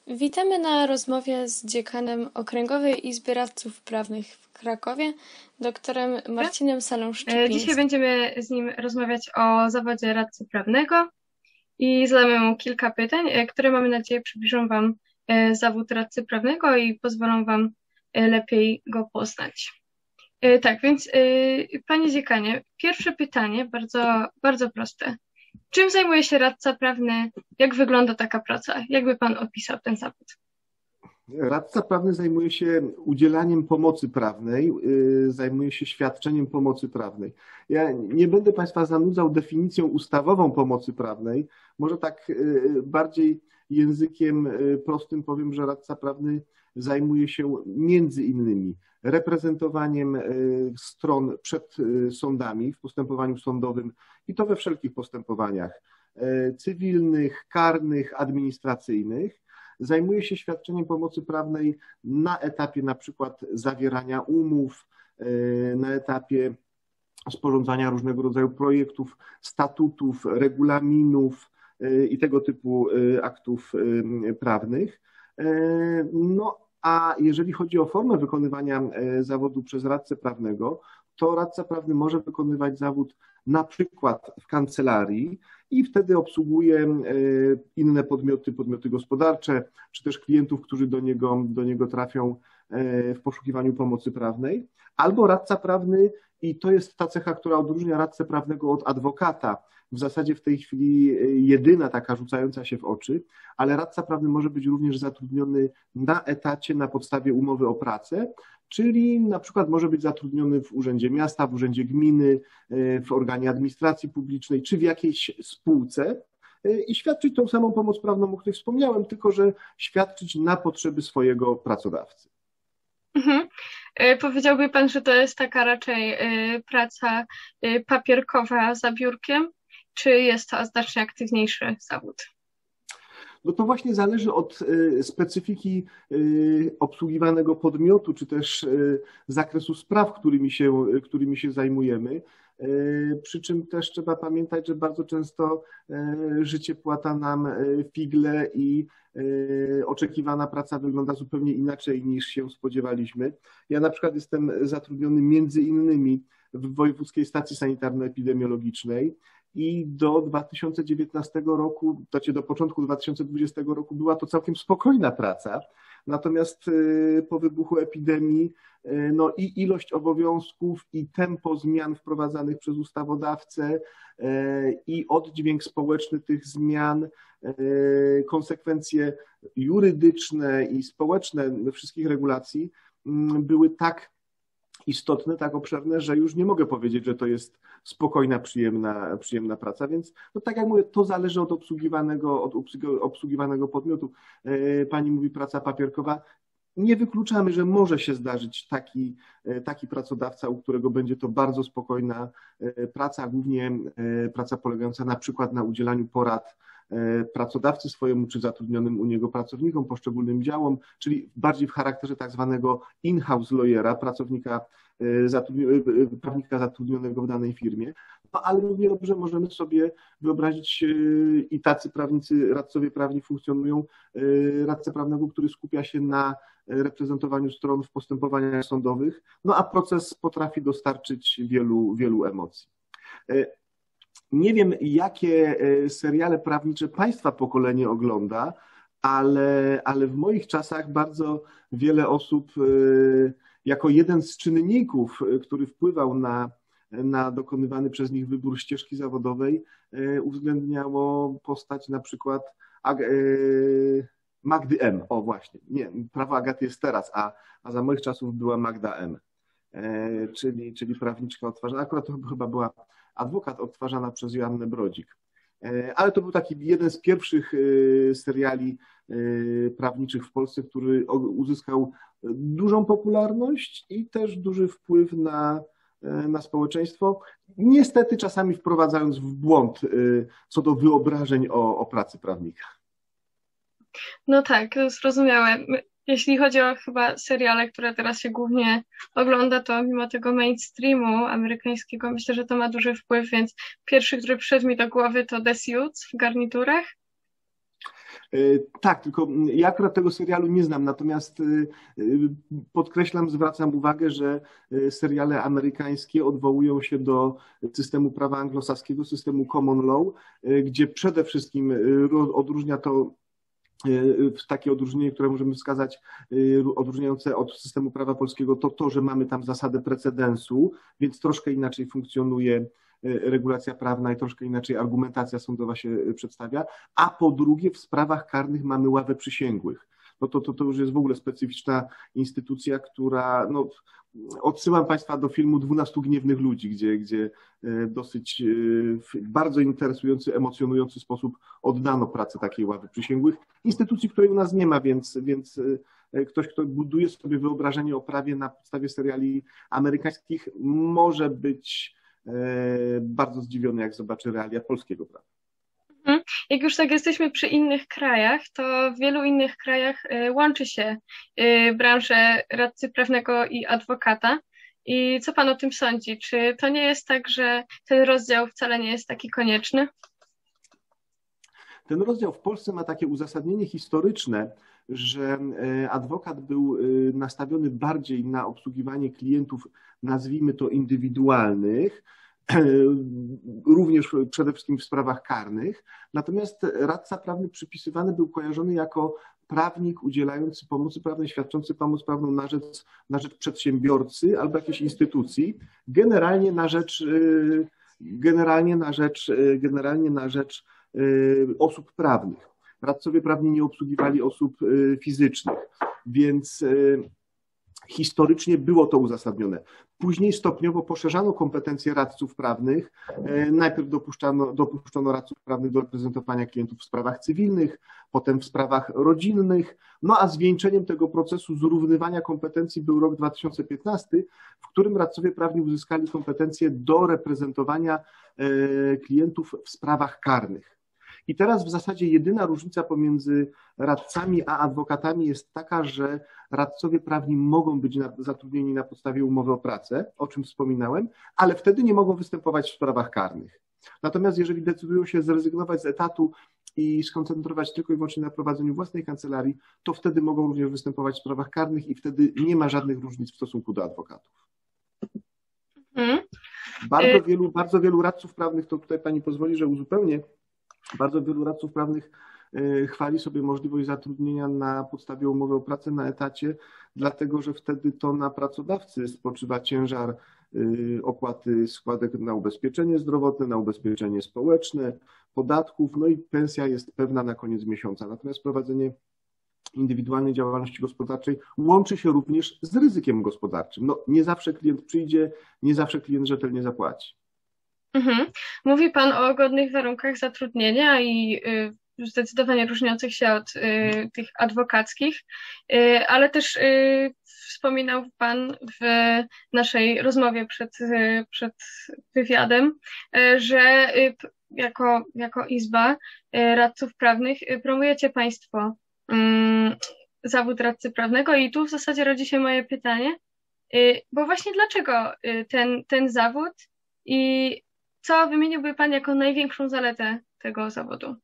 Witamy na rozmowie z dziekanem Okręgowej Izby Radców Prawnych w Krakowie, doktorem Marcinem Salą-Szczypińskim. Dzisiaj będziemy z nim rozmawiać o zawodzie radcy prawnego i zadamy mu kilka pytań, które mamy nadzieję przybliżą Wam zawód radcy prawnego i pozwolą Wam lepiej go poznać. Tak, więc Panie dziekanie, pierwsze pytanie, bardzo, bardzo proste. Czym zajmuje się radca prawny? Jak wygląda taka praca? Jakby Pan opisał ten zawód? Radca prawny zajmuje się udzielaniem pomocy prawnej, zajmuje się świadczeniem pomocy prawnej. Ja nie będę Państwa zanudzał definicją ustawową pomocy prawnej. Może tak bardziej językiem prostym powiem, że radca prawny zajmuje się między innymi reprezentowaniem stron przed sądami w postępowaniu sądowym i to we wszelkich postępowaniach cywilnych, karnych, administracyjnych. Zajmuje się świadczeniem pomocy prawnej na etapie na przykład zawierania umów, na etapie sporządzania różnego rodzaju projektów, statutów, regulaminów i tego typu aktów prawnych. No a jeżeli chodzi o formę wykonywania zawodu przez radcę prawnego, to radca prawny może wykonywać zawód na przykład w kancelarii i wtedy obsługuje inne podmioty gospodarcze, czy też klientów, którzy do niego trafią w poszukiwaniu pomocy prawnej, albo radca prawny, i to jest ta cecha, która odróżnia radcę prawnego od adwokata, w zasadzie w tej chwili jedyna taka rzucająca się w oczy, ale radca prawny może być również zatrudniony na etacie na podstawie umowy o pracę, czyli na przykład może być zatrudniony w urzędzie miasta, w urzędzie gminy, w organie administracji publicznej, czy w jakiejś spółce i świadczyć tą samą pomoc prawną, o której wspomniałem, tylko że świadczyć na potrzeby swojego pracodawcy. Mhm. Powiedziałby Pan, że to jest taka raczej praca papierkowa za biurkiem, czy jest to znacznie aktywniejszy zawód? No to właśnie zależy od specyfiki obsługiwanego podmiotu, czy też zakresu spraw, którymi się zajmujemy. Przy czym też trzeba pamiętać, że bardzo często życie płata nam figle i oczekiwana praca wygląda zupełnie inaczej niż się spodziewaliśmy. Ja na przykład jestem zatrudniony między innymi w Wojewódzkiej Stacji Sanitarno-Epidemiologicznej i do 2019 roku, znaczy do początku 2020 roku była to całkiem spokojna praca. Natomiast po wybuchu epidemii no i ilość obowiązków i tempo zmian wprowadzanych przez ustawodawcę i oddźwięk społeczny tych zmian, konsekwencje jurydyczne i społeczne wszystkich regulacji były tak istotne, tak obszerne, że już nie mogę powiedzieć, że to jest spokojna, przyjemna praca, więc no tak jak mówię, to zależy od obsługiwanego podmiotu. Pani mówi praca papierkowa. Nie wykluczamy, że może się zdarzyć taki pracodawca, u którego będzie to bardzo spokojna praca, głównie praca polegająca na przykład na udzielaniu porad pracodawcy swojemu czy zatrudnionym u niego pracownikom, poszczególnym działom, czyli bardziej w charakterze tak zwanego in-house lawyera, prawnika zatrudnionego w danej firmie. No, ale równie dobrze możemy sobie wyobrazić i tacy prawnicy, radcowie prawni funkcjonują, radcę prawnego, który skupia się na reprezentowaniu stron w postępowaniach sądowych, no a proces potrafi dostarczyć wielu emocji. Nie wiem, jakie seriale prawnicze Państwa pokolenie ogląda, ale w moich czasach bardzo wiele osób jako jeden z czynników, który wpływał na dokonywany przez nich wybór ścieżki zawodowej, uwzględniało postać na przykład Magdy M. O właśnie, nie, prawo Agaty jest teraz, a za moich czasów była Magda M. Czyli prawniczka odtwarzana. Akurat to chyba była adwokat odtwarzana przez Joannę Brodzik. Ale to był taki jeden z pierwszych seriali prawniczych w Polsce, który uzyskał dużą popularność i też duży wpływ na społeczeństwo. Niestety czasami wprowadzając w błąd co do wyobrażeń o pracy prawnika. No tak, zrozumiałe. Jeśli chodzi o chyba seriale, które teraz się głównie ogląda, to mimo tego mainstreamu amerykańskiego myślę, że to ma duży wpływ, więc pierwszy, który przyszedł mi do głowy, to The Suits w garniturach. Tak, tylko ja akurat tego serialu nie znam, natomiast podkreślam, zwracam uwagę, że seriale amerykańskie odwołują się do systemu prawa anglosaskiego, systemu common law, gdzie przede wszystkim odróżnia to takie odróżnienie, które możemy wskazać, odróżniające od systemu prawa polskiego, to, że mamy tam zasadę precedensu, więc troszkę inaczej funkcjonuje regulacja prawna i troszkę inaczej argumentacja sądowa się przedstawia, a po drugie w sprawach karnych mamy ławę przysięgłych. No to już jest w ogóle specyficzna instytucja, która, no, odsyłam Państwa do filmu 12 gniewnych ludzi, gdzie dosyć w bardzo interesujący, emocjonujący sposób oddano pracę takiej ławy przysięgłych. Instytucji, której u nas nie ma, więc ktoś, kto buduje sobie wyobrażenie o prawie na podstawie seriali amerykańskich, może być bardzo zdziwiony, jak zobaczy realia polskiego prawa. Jak już tak jesteśmy przy innych krajach, to w wielu innych krajach łączy się branżę radcy prawnego i adwokata. I co pan o tym sądzi? Czy to nie jest tak, że ten rozdział wcale nie jest taki konieczny? Ten rozdział w Polsce ma takie uzasadnienie historyczne, że adwokat był nastawiony bardziej na obsługiwanie klientów, nazwijmy to indywidualnych, również przede wszystkim w sprawach karnych. Natomiast radca prawny przypisywany był kojarzony jako prawnik udzielający pomocy prawnej, świadczący pomoc prawną na rzecz przedsiębiorcy albo jakiejś instytucji, generalnie na rzecz osób prawnych. Radcowie prawni nie obsługiwali osób fizycznych, więc historycznie było to uzasadnione. Później stopniowo poszerzano kompetencje radców prawnych. Najpierw dopuszczono radców prawnych do reprezentowania klientów w sprawach cywilnych, potem w sprawach rodzinnych. No a zwieńczeniem tego procesu zrównywania kompetencji był rok 2015, w którym radcowie prawni uzyskali kompetencje do reprezentowania klientów w sprawach karnych. I teraz w zasadzie jedyna różnica pomiędzy radcami a adwokatami jest taka, że radcowie prawni mogą być zatrudnieni na podstawie umowy o pracę, o czym wspominałem, ale wtedy nie mogą występować w sprawach karnych. Natomiast jeżeli decydują się zrezygnować z etatu i skoncentrować tylko i wyłącznie na prowadzeniu własnej kancelarii, to wtedy mogą również występować w sprawach karnych i wtedy nie ma żadnych różnic w stosunku do adwokatów. Bardzo wielu radców prawnych, to tutaj pani pozwoli, że uzupełnię, bardzo wielu radców prawnych chwali sobie możliwość zatrudnienia na podstawie umowy o pracę na etacie, dlatego że wtedy to na pracodawcy spoczywa ciężar opłaty składek na ubezpieczenie zdrowotne, na ubezpieczenie społeczne, podatków, no i pensja jest pewna na koniec miesiąca. Natomiast prowadzenie indywidualnej działalności gospodarczej łączy się również z ryzykiem gospodarczym. No, nie zawsze klient przyjdzie, nie zawsze klient rzetelnie zapłaci. Mówi Pan o godnych warunkach zatrudnienia i zdecydowanie różniących się od tych adwokackich, ale też wspominał Pan w naszej rozmowie przed wywiadem, że jako Izba Radców Prawnych promujecie Państwo zawód radcy prawnego i tu w zasadzie rodzi się moje pytanie, bo właśnie dlaczego ten zawód i co wymieniłby Pan jako największą zaletę tego zawodu?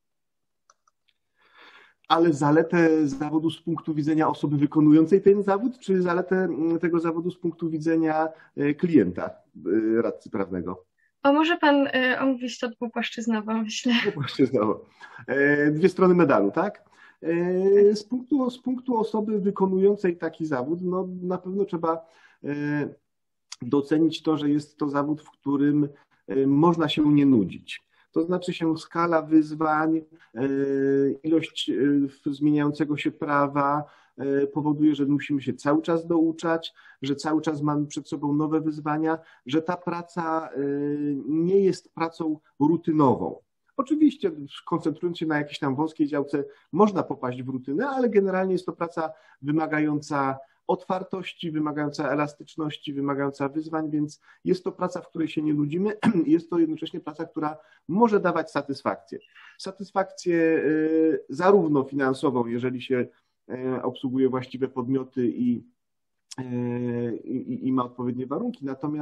Ale zaletę zawodu z punktu widzenia osoby wykonującej ten zawód, czy zaletę tego zawodu z punktu widzenia klienta radcy prawnego? Może Pan omówić to dwupłaszczyznowo, myślę. Dwupłaszczyznowo. Dwie strony medalu, tak? Z punktu osoby wykonującej taki zawód, no na pewno trzeba docenić to, że jest to zawód, w którym można się nie nudzić. To znaczy się skala wyzwań, ilość zmieniającego się prawa powoduje, że musimy się cały czas douczać, że cały czas mamy przed sobą nowe wyzwania, że ta praca nie jest pracą rutynową. Oczywiście koncentrując się na jakiejś tam wąskiej działce można popaść w rutynę, ale generalnie jest to praca wymagająca otwartości, wymagająca elastyczności, wymagająca wyzwań, więc jest to praca, w której się nie nudzimy. Jest to jednocześnie praca, która może dawać satysfakcję. Satysfakcję zarówno finansową, jeżeli się obsługuje właściwe podmioty i ma odpowiednie warunki, natomiast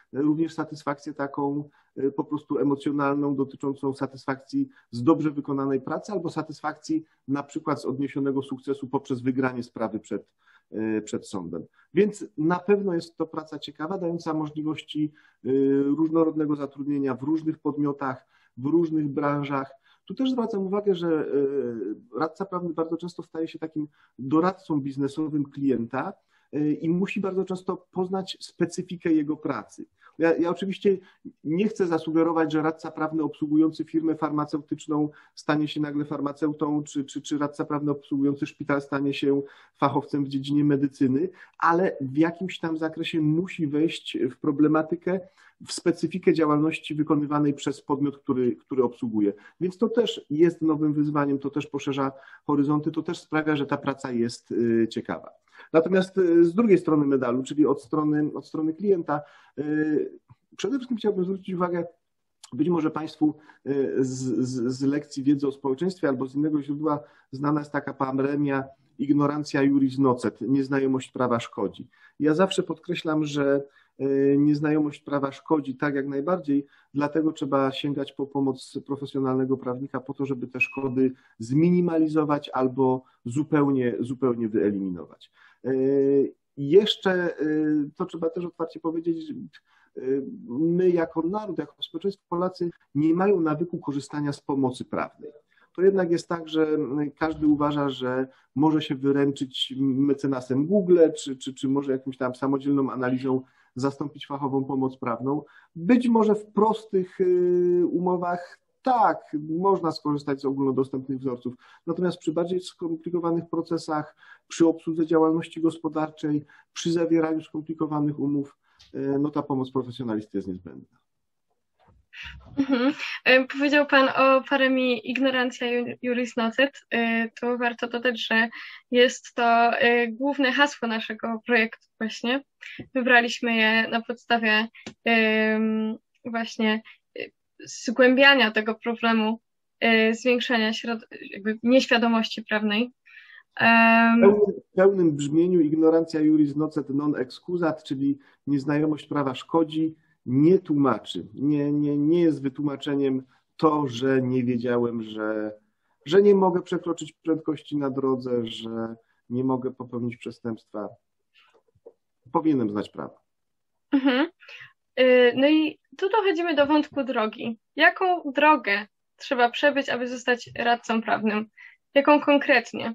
również satysfakcję taką po prostu emocjonalną, dotyczącą satysfakcji z dobrze wykonanej pracy albo satysfakcji na przykład z odniesionego sukcesu poprzez wygranie sprawy przed sądem. Więc na pewno jest to praca ciekawa, dająca możliwości różnorodnego zatrudnienia w różnych podmiotach, w różnych branżach. Tu też zwracam uwagę, że radca prawny bardzo często staje się takim doradcą biznesowym klienta i musi bardzo często poznać specyfikę jego pracy. Ja oczywiście nie chcę zasugerować, że radca prawny obsługujący firmę farmaceutyczną stanie się nagle farmaceutą, czy radca prawny obsługujący szpital stanie się fachowcem w dziedzinie medycyny, ale w jakimś tam zakresie musi wejść w problematykę, w specyfikę działalności wykonywanej przez podmiot, który obsługuje. Więc to też jest nowym wyzwaniem, to też poszerza horyzonty, to też sprawia, że ta praca jest ciekawa. Natomiast z drugiej strony medalu, czyli od strony klienta, przede wszystkim chciałbym zwrócić uwagę, być może Państwu z lekcji wiedzy o społeczeństwie albo z innego źródła znana jest taka pandemia ignorantia iuris nocet, nieznajomość prawa szkodzi. Ja zawsze podkreślam, że nieznajomość prawa szkodzi tak jak najbardziej, dlatego trzeba sięgać po pomoc profesjonalnego prawnika po to, żeby te szkody zminimalizować albo zupełnie wyeliminować. Jeszcze, to trzeba też otwarcie powiedzieć, my jako naród, jako społeczeństwo, Polacy nie mają nawyku korzystania z pomocy prawnej. To jednak jest tak, że każdy uważa, że może się wyręczyć mecenasem Google, czy może jakimś tam samodzielną analizą zastąpić fachową pomoc prawną. Być może w prostych umowach tak, można skorzystać z ogólnodostępnych wzorców, natomiast przy bardziej skomplikowanych procesach, przy obsłudze działalności gospodarczej, przy zawieraniu skomplikowanych umów, no ta pomoc profesjonalisty jest niezbędna. Mhm. Powiedział Pan o paremii ignorantia iuris nocet. To warto dodać, że jest to główne hasło naszego projektu właśnie. Wybraliśmy je na podstawie właśnie zgłębiania tego problemu, zwiększania jakby nieświadomości prawnej. W pełnym brzmieniu ignorantia iuris nocet non excusat, czyli nieznajomość prawa szkodzi, nie tłumaczy, nie jest wytłumaczeniem to, że nie wiedziałem, że nie mogę przekroczyć prędkości na drodze, że nie mogę popełnić przestępstwa. Powinienem znać prawo. Mhm. No i tu dochodzimy do wątku drogi. Jaką drogę trzeba przebyć, aby zostać radcą prawnym? Jaką konkretnie?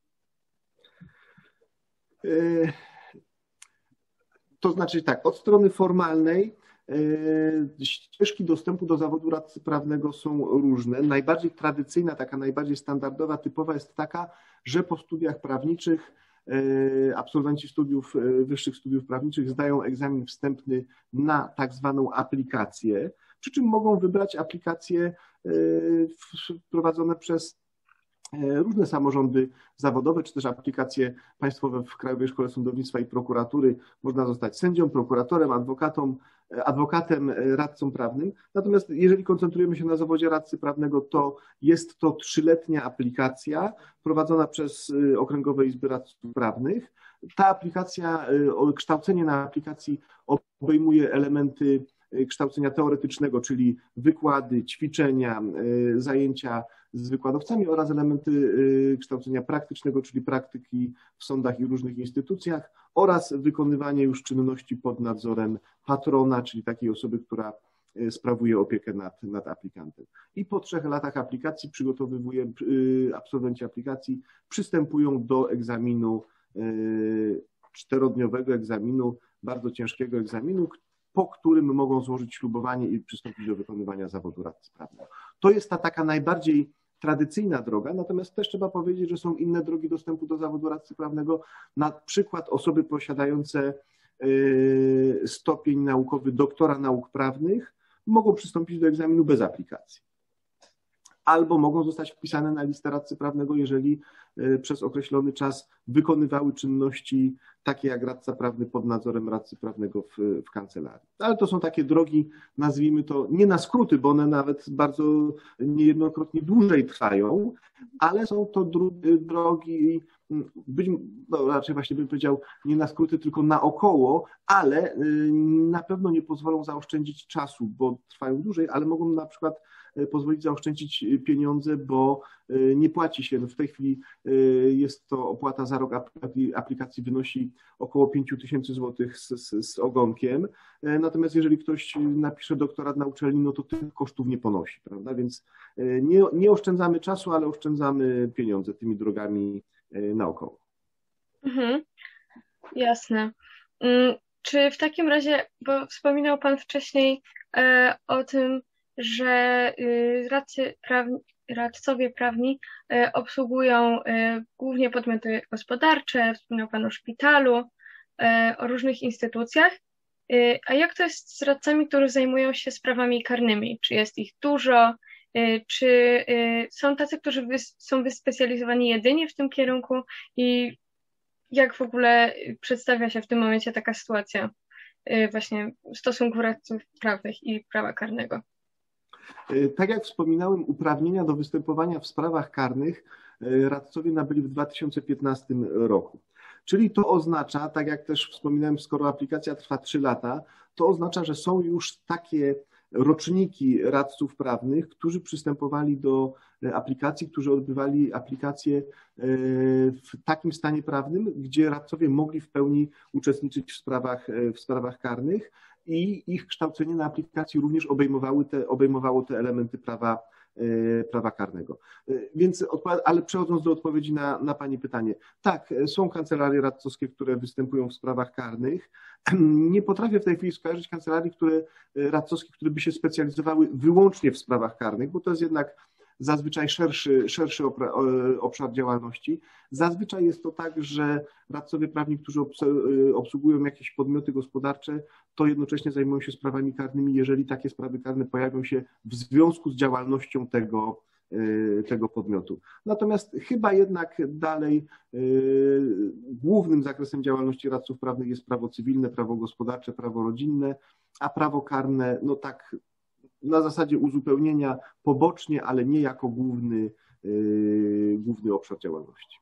To znaczy tak, od strony formalnej ścieżki dostępu do zawodu radcy prawnego są różne. Najbardziej tradycyjna, taka najbardziej standardowa, typowa jest taka, że po studiach prawniczych absolwenci wyższych studiów prawniczych zdają egzamin wstępny na tak zwaną aplikację, przy czym mogą wybrać aplikacje prowadzone przez różne samorządy zawodowe, czy też aplikacje państwowe w Krajowej Szkole Sądownictwa i Prokuratury. Można zostać sędzią, prokuratorem, adwokatem, radcą prawnym. Natomiast jeżeli koncentrujemy się na zawodzie radcy prawnego, to jest to 3-letnia aplikacja prowadzona przez Okręgowe Izby Radców Prawnych. Ta aplikacja, kształcenie na aplikacji obejmuje elementy kształcenia teoretycznego, czyli wykłady, ćwiczenia, zajęcia z wykładowcami oraz elementy kształcenia praktycznego, czyli praktyki w sądach i różnych instytucjach oraz wykonywanie już czynności pod nadzorem patrona, czyli takiej osoby, która sprawuje opiekę nad aplikantem. I po 3 latach aplikacji absolwenci aplikacji przystępują do egzaminu, 4-dniowego egzaminu, bardzo ciężkiego egzaminu, po którym mogą złożyć ślubowanie i przystąpić do wykonywania zawodu radcy prawnego. To jest ta taka najbardziej tradycyjna droga, natomiast też trzeba powiedzieć, że są inne drogi dostępu do zawodu radcy prawnego, na przykład osoby posiadające stopień naukowy doktora nauk prawnych mogą przystąpić do egzaminu bez aplikacji. Albo mogą zostać wpisane na listę radcy prawnego, jeżeli przez określony czas wykonywały czynności takie jak radca prawny pod nadzorem radcy prawnego w kancelarii. Ale to są takie drogi, nazwijmy to nie na skróty, bo one nawet bardzo niejednokrotnie dłużej trwają, ale są to drogi, raczej właśnie bym powiedział nie na skróty, tylko naokoło, ale na pewno nie pozwolą zaoszczędzić czasu, bo trwają dłużej, ale mogą na przykład pozwolić zaoszczędzić pieniądze, bo nie płaci się. W tej chwili jest to opłata za rok aplikacji wynosi około 5000 złotych z ogonkiem. Natomiast jeżeli ktoś napisze doktorat na uczelni, no to tych kosztów nie ponosi, prawda? Więc nie oszczędzamy czasu, ale oszczędzamy pieniądze tymi drogami naokoło. Mhm, jasne. Czy w takim razie, bo wspominał Pan wcześniej o tym, że radcowie prawni obsługują głównie podmioty gospodarcze, wspomniał Pan o szpitalu, o różnych instytucjach. A jak to jest z radcami, którzy zajmują się sprawami karnymi? Czy jest ich dużo? Czy są tacy, którzy są wyspecjalizowani jedynie w tym kierunku? I jak w ogóle przedstawia się w tym momencie taka sytuacja właśnie w stosunku radców prawnych i prawa karnego? Tak jak wspominałem, uprawnienia do występowania w sprawach karnych radcowie nabyli w 2015 roku. Czyli to oznacza, tak jak też wspominałem, skoro aplikacja trwa 3 lata, to oznacza, że są już takie roczniki radców prawnych, którzy przystępowali do aplikacji, którzy odbywali aplikacje w takim stanie prawnym, gdzie radcowie mogli w pełni uczestniczyć w sprawach karnych i ich kształcenie na aplikacji również obejmowało te elementy prawa karnego. Więc, ale przechodząc do odpowiedzi na Pani pytanie. Tak, są kancelarie radcowskie, które występują w sprawach karnych. Nie potrafię w tej chwili skojarzyć kancelarii radcowskich, które by się specjalizowały wyłącznie w sprawach karnych, bo to jest jednak zazwyczaj szerszy obszar działalności. Zazwyczaj jest to tak, że radcowie prawni, którzy obsługują jakieś podmioty gospodarcze, to jednocześnie zajmują się sprawami karnymi, jeżeli takie sprawy karne pojawią się w związku z działalnością tego podmiotu. Natomiast chyba jednak dalej głównym zakresem działalności radców prawnych jest prawo cywilne, prawo gospodarcze, prawo rodzinne, a prawo karne, no tak na zasadzie uzupełnienia pobocznie, ale nie jako główny obszar działalności.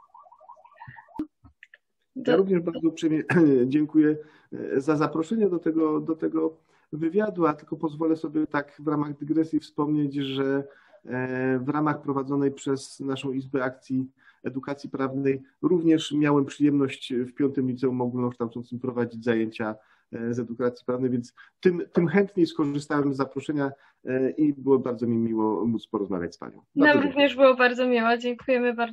Ja również bardzo uprzejmie dziękuję za zaproszenie do tego wywiadu, a tylko pozwolę sobie tak w ramach dygresji wspomnieć, że w ramach prowadzonej przez naszą Izbę Akcji Edukacji Prawnej również miałem przyjemność w 5. Liceum Ogólnokształcącym prowadzić zajęcia z edukacji prawnej, więc tym chętniej skorzystałem z zaproszenia i było bardzo mi miło móc porozmawiać z Panią. Nam również było bardzo miło, dziękujemy bardzo.